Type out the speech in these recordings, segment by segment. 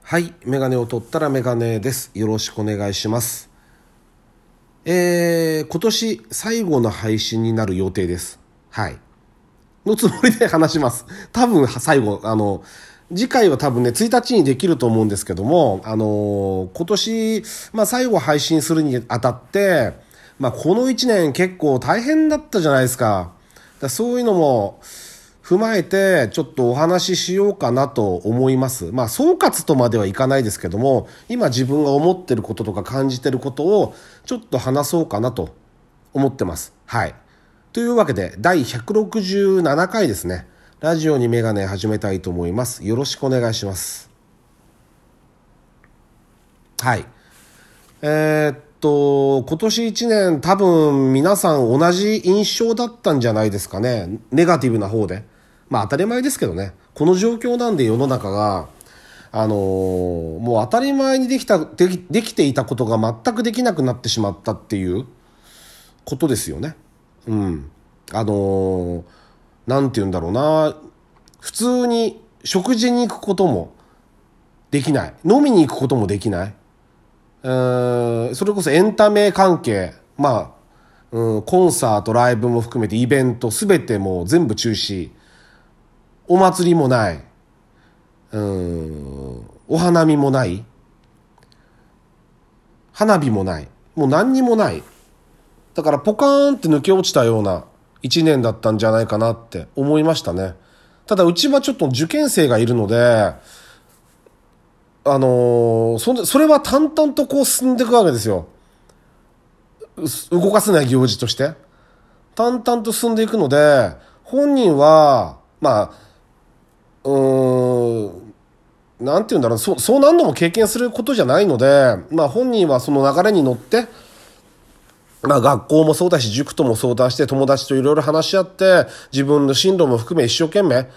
はい、メガネを取ったらメガネです。よろしくお願いします。今年最後の配信になる予定です。はい。のつもりで話します。多分最後、次回は多分ね、1日にできると思うんですけども、今年、最後配信するにあたって、この1年結構大変だったじゃないですか。そういうのも、踏まえてちょっとお話ししようかなと思います。総括とまではいかないですけども、今自分が思ってることとか感じてることをちょっと話そうかなと思ってます。はい。というわけで第167回ですね。ラジオにメガネ始めたいと思います。よろしくお願いします。はい。今年1年多分皆さん同じ印象だったんじゃないですかね。ネガティブな方で。当たり前ですけどね。この状況なんで世の中が、もう当たり前にできていたことが全くできなくなってしまったっていうことですよね。うん。なんて言うんだろうな。普通に食事に行くこともできない。飲みに行くこともできない。それこそエンタメ関係、コンサート、ライブも含めてイベント、すべてもう全部中止。お祭りもない。お花見もない。花火もない。もう何にもない。だからポカーンって抜け落ちたような一年だったんじゃないかなって思いましたね。ただうちはちょっと受験生がいるので、それは淡々とこう進んでいくわけですよ。動かせない行事として。淡々と進んでいくので、本人は、なんて言うんだろう、そう何度も経験することじゃないので、本人はその流れに乗って、学校もそうだし、塾とも相談して、友達といろいろ話し合って、自分の進路も含め一生懸命、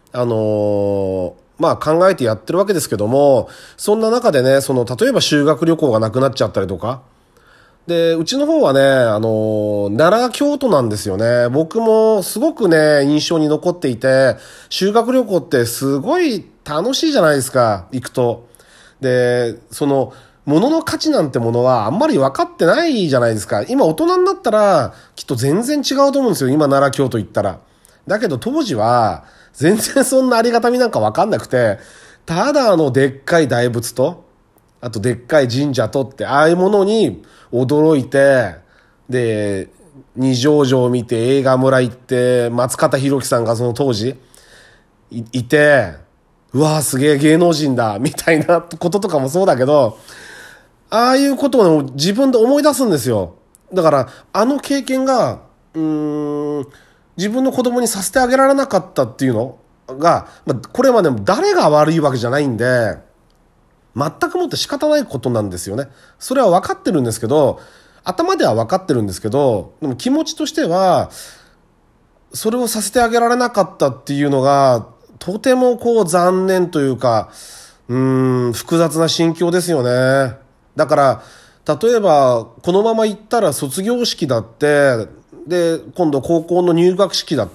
考えてやってるわけですけども、そんな中でね、例えば修学旅行がなくなっちゃったりとか、で、うちの方はね、奈良京都なんですよね。僕もすごくね、印象に残っていて、修学旅行ってすごい楽しいじゃないですか、行くと。で、物の価値なんてものはあんまり分かってないじゃないですか。今大人になったら、きっと全然違うと思うんですよ。今奈良京都行ったら。だけど当時は、全然そんなありがたみなんか分かんなくて、ただでっかい大仏と、あとでっかい神社とって、ああいうものに驚いて、で、二条城を見て映画村行って、松方弘樹さんがその当時いて、うわーすげえ芸能人だ、みたいなこととかもそうだけど、ああいうことを自分で思い出すんですよ。だから、あの経験が、自分の子供にさせてあげられなかったっていうのが、これはね、誰が悪いわけじゃないんで、全くもって仕方ないことなんですよね。それは分かってるんですけど、頭では分かってるんですけど、でも気持ちとしては、それをさせてあげられなかったっていうのが、とてもこう残念というか、複雑な心境ですよね。だから、例えば、このまま行ったら卒業式だって、で、今度高校の入学式だって、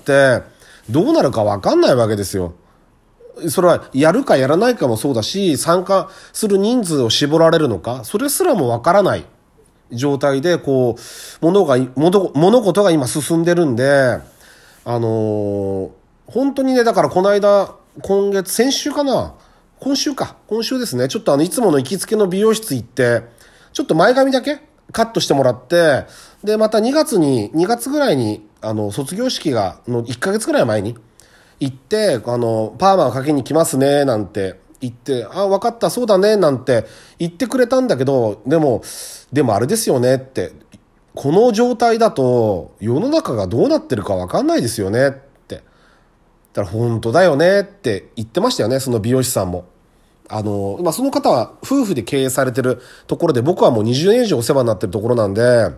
どうなるか分かんないわけですよ。それはやるかやらないかもそうだし、参加する人数を絞られるのか、それすらもわからない状態で、物事が今進んでるんで、本当にね、だからこの間、先週かな今週ですね、ちょっといつもの行きつけの美容室行って、ちょっと前髪だけカットしてもらって、で、また2月ぐらいに、卒業式の1ヶ月ぐらい前に、行って、パーマをかけに来ますね、なんて言って、わかった、そうだね、なんて言ってくれたんだけど、でもあれですよねって、この状態だと、世の中がどうなってるかわかんないですよねって。だから本当だよねって言ってましたよね、その美容師さんも。その方は夫婦で経営されてるところで、僕はもう20年以上お世話になってるところなんで、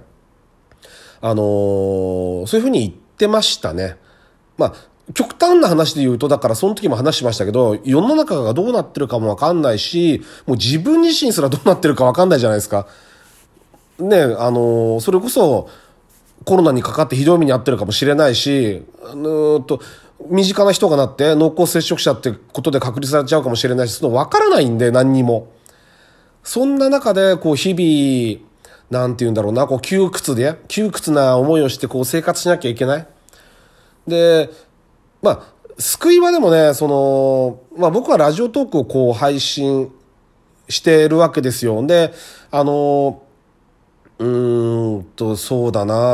そういうふうに言ってましたね。極端な話で言うと、だからその時も話しましたけど、世の中がどうなってるかもわかんないし、もう自分自身すらどうなってるかわかんないじゃないですか。ね、それこそコロナにかかってひどい目に遭ってるかもしれないし、 身近な人がなって濃厚接触者ってことで隔離されちゃうかもしれないし、その分からないんで何にも。そんな中でこう日々、なんて言うんだろうな、こう窮屈な思いをしてこう生活しなきゃいけない。で、救いはでもね、僕はラジオトークをこう配信してるわけですよ。で、そうだな、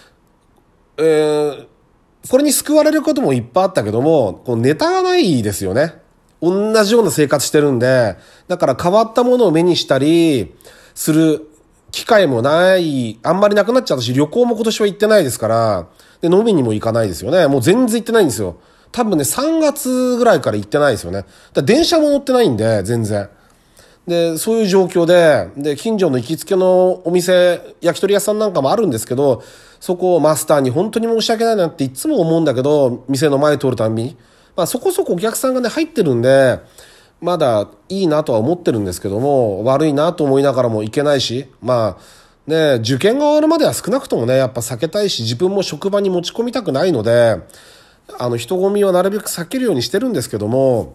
これに救われることもいっぱいあったけども、こうネタがないですよね。同じような生活してるんで、だから変わったものを目にしたりする機会もない、あんまりなくなっちゃったし、旅行も今年は行ってないですから、で、飲みにも行かないですよね。もう全然行ってないんですよ。多分ね、3月ぐらいから行ってないですよね。電車も乗ってないんで、全然。で、そういう状況で、近所の行きつけのお店、焼き鳥屋さんなんかもあるんですけど、そこをマスターに本当に申し訳ないなっていつも思うんだけど、店の前通るたんびに。そこそこお客さんがね、入ってるんで、まだいいなとは思ってるんですけども、悪いなと思いながらもいけないし、受験が終わるまでは少なくともね、やっぱ避けたいし、自分も職場に持ち込みたくないので、人混みはなるべく避けるようにしてるんですけども、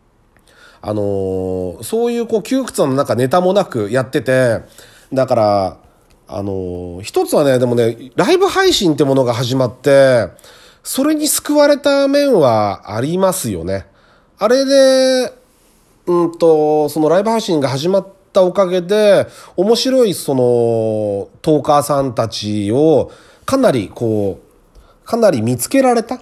そういうこう窮屈の中ネタもなくやってて、だから、一つはね、でもね、ライブ配信ってものが始まって、それに救われた面はありますよね。あれで、そのライブ配信が始まったおかげで、面白いトーカーさんたちをかなり見つけられた、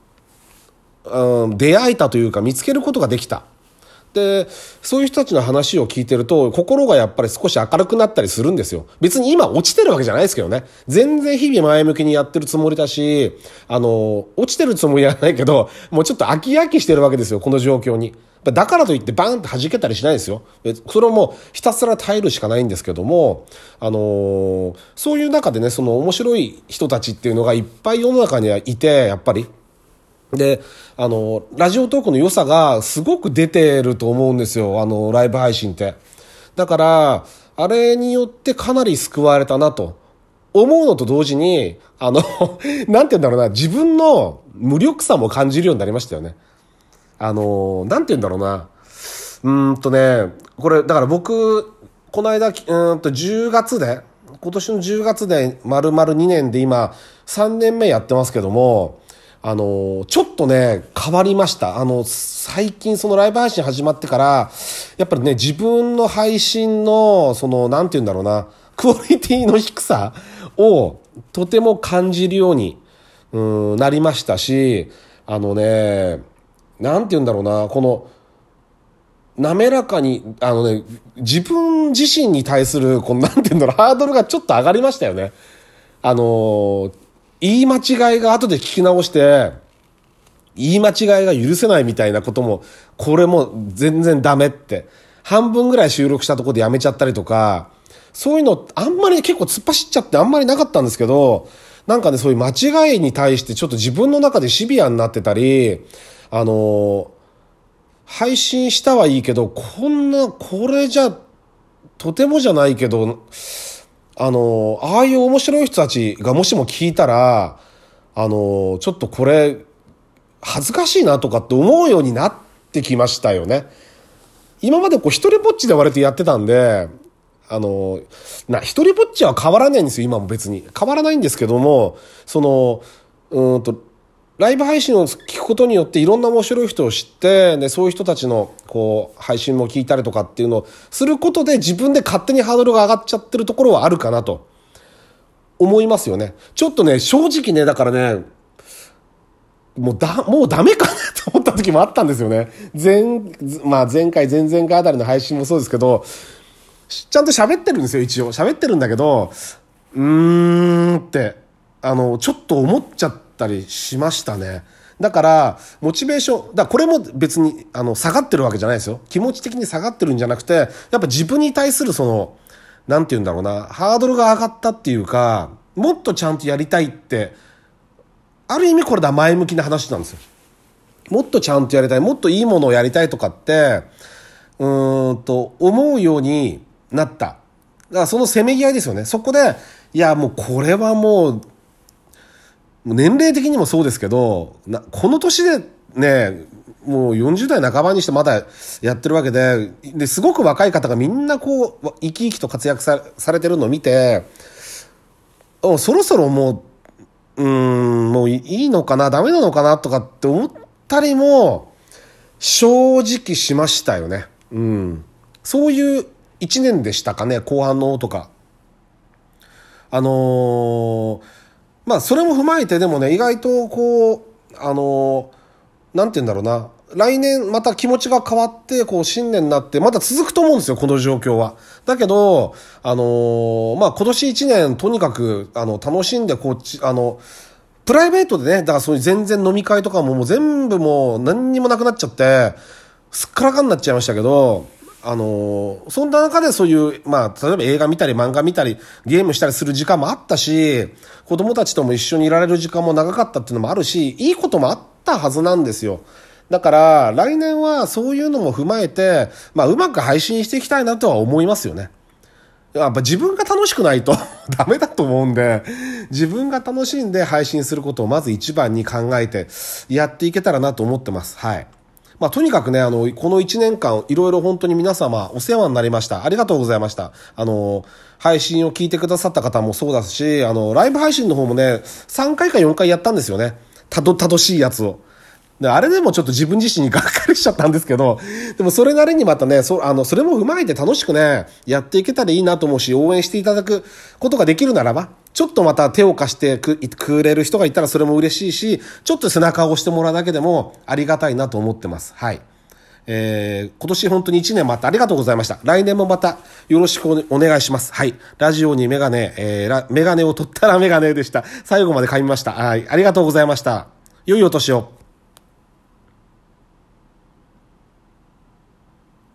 出会えたというか見つけることができた。で、そういう人たちの話を聞いてると、心がやっぱり少し明るくなったりするんですよ。別に今落ちてるわけじゃないですけどね。全然日々前向きにやってるつもりだし、落ちてるつもりはないけど、もうちょっと飽き飽きしてるわけですよ、この状況に。だからといってバーンって弾けたりしないですよ。それをもうひたすら耐えるしかないんですけども、そういう中でね、その面白い人たちっていうのがいっぱい世の中にはいて、やっぱり。で、ラジオトークの良さがすごく出てると思うんですよ。ライブ配信って。だから、あれによってかなり救われたなと思うのと同時に、なんて言うんだろうな、自分の無力さも感じるようになりましたよね。なんて言うんだろうな。これ、だから僕、この間、10月で、今年の10月で丸々2年で今、3年目やってますけども、ちょっとね、変わりました。最近そのライブ配信始まってから、やっぱりね、自分の配信の、なんて言うんだろうな、クオリティの低さをとても感じるように、なりましたし、なんて言うんだろうな、この、滑らかに、自分自身に対する、なんて言うんだろう、ハードルがちょっと上がりましたよね。言い間違いが後で聞き直して、言い間違いが許せないみたいなことも、これも全然ダメって。半分ぐらい収録したところでやめちゃったりとか、そういうのあんまり結構突っ走っちゃってあんまりなかったんですけど、なんかね、そういう間違いに対してちょっと自分の中でシビアになってたり、配信したはいいけど、これじゃ、とてもじゃないけど、ああいう面白い人たちがもしも聞いたら、ちょっとこれ、恥ずかしいなとかって思うようになってきましたよね。今まで一人ぼっちで割とやってたんで、一人ぼっちは変わらないんですよ、今も別に。変わらないんですけども、ライブ配信を聞くことによっていろんな面白い人を知って、で、そういう人たちの、配信も聞いたりとかっていうのをすることで自分で勝手にハードルが上がっちゃってるところはあるかなと思いますよね。ちょっとね、正直ね、だからね、もうダメかなと思った時もあったんですよね。前回、前々回あたりの配信もそうですけど、ちゃんと喋ってるんですよ、一応。喋ってるんだけど、って、ちょっと思っちゃったりしましたね。だから、モチベーション、これも別に、下がってるわけじゃないですよ。気持ち的に下がってるんじゃなくて、やっぱ自分に対するなんて言うんだろうな、ハードルが上がったっていうか、もっとちゃんとやりたいって、ある意味これだ前向きな話なんですよ。もっとちゃんとやりたい、もっといいものをやりたいとかって、思うようになった。だからそのせめぎ合いですよね。そこで、いやもうこれはもう、 もう年齢的にもそうですけど、この年でね、もう40代半ばにしてまだやってるわけで、すごく若い方がみんなこう、生き生きと活躍されてるのを見て、そろそろもう、もういいのかな、ダメなのかなとかって思ったりも、正直しましたよね。そういう一年でしたかね、後半の方とか。まあ、それも踏まえて、でもね、意外とこう、なんて言うんだろうな。来年また気持ちが変わって、こう、新年になって、また続くと思うんですよ、この状況は。だけど、まあ、今年一年、とにかく、楽しんで、プライベートでね、だからそういう全然飲み会とかももう全部もう何にもなくなっちゃって、すっからかんになっちゃいましたけど、そんな中でそういう、まあ、例えば映画見たり漫画見たりゲームしたりする時間もあったし、子供たちとも一緒にいられる時間も長かったっていうのもあるし、いいこともあったはずなんですよ。だから、来年はそういうのも踏まえて、まあ、うまく配信していきたいなとは思いますよね。やっぱ自分が楽しくないとダメだと思うんで、自分が楽しんで配信することをまず一番に考えてやっていけたらなと思ってます。はい。まあ、とにかくね、この1年間、いろいろ本当に皆様お世話になりました。ありがとうございました。配信を聞いてくださった方もそうだし、ライブ配信の方もね、3回か4回やったんですよね。たどしいやつを。で、あれでもちょっと自分自身にがっかりしちゃったんですけど、でもそれなりにまたね、それも踏まえて楽しくね、やっていけたらいいなと思うし、応援していただくことができるならば、ちょっとまた手を貸してくれる人がいたらそれも嬉しいし、ちょっと背中を押してもらうだけでもありがたいなと思ってます。はい。今年本当に1年もあってありがとうございました。来年もまたよろしくお願いします。はい。ラジオにメガネ、メガネを取ったらメガネでした。最後まで噛みました。はい。ありがとうございました。良いお年を。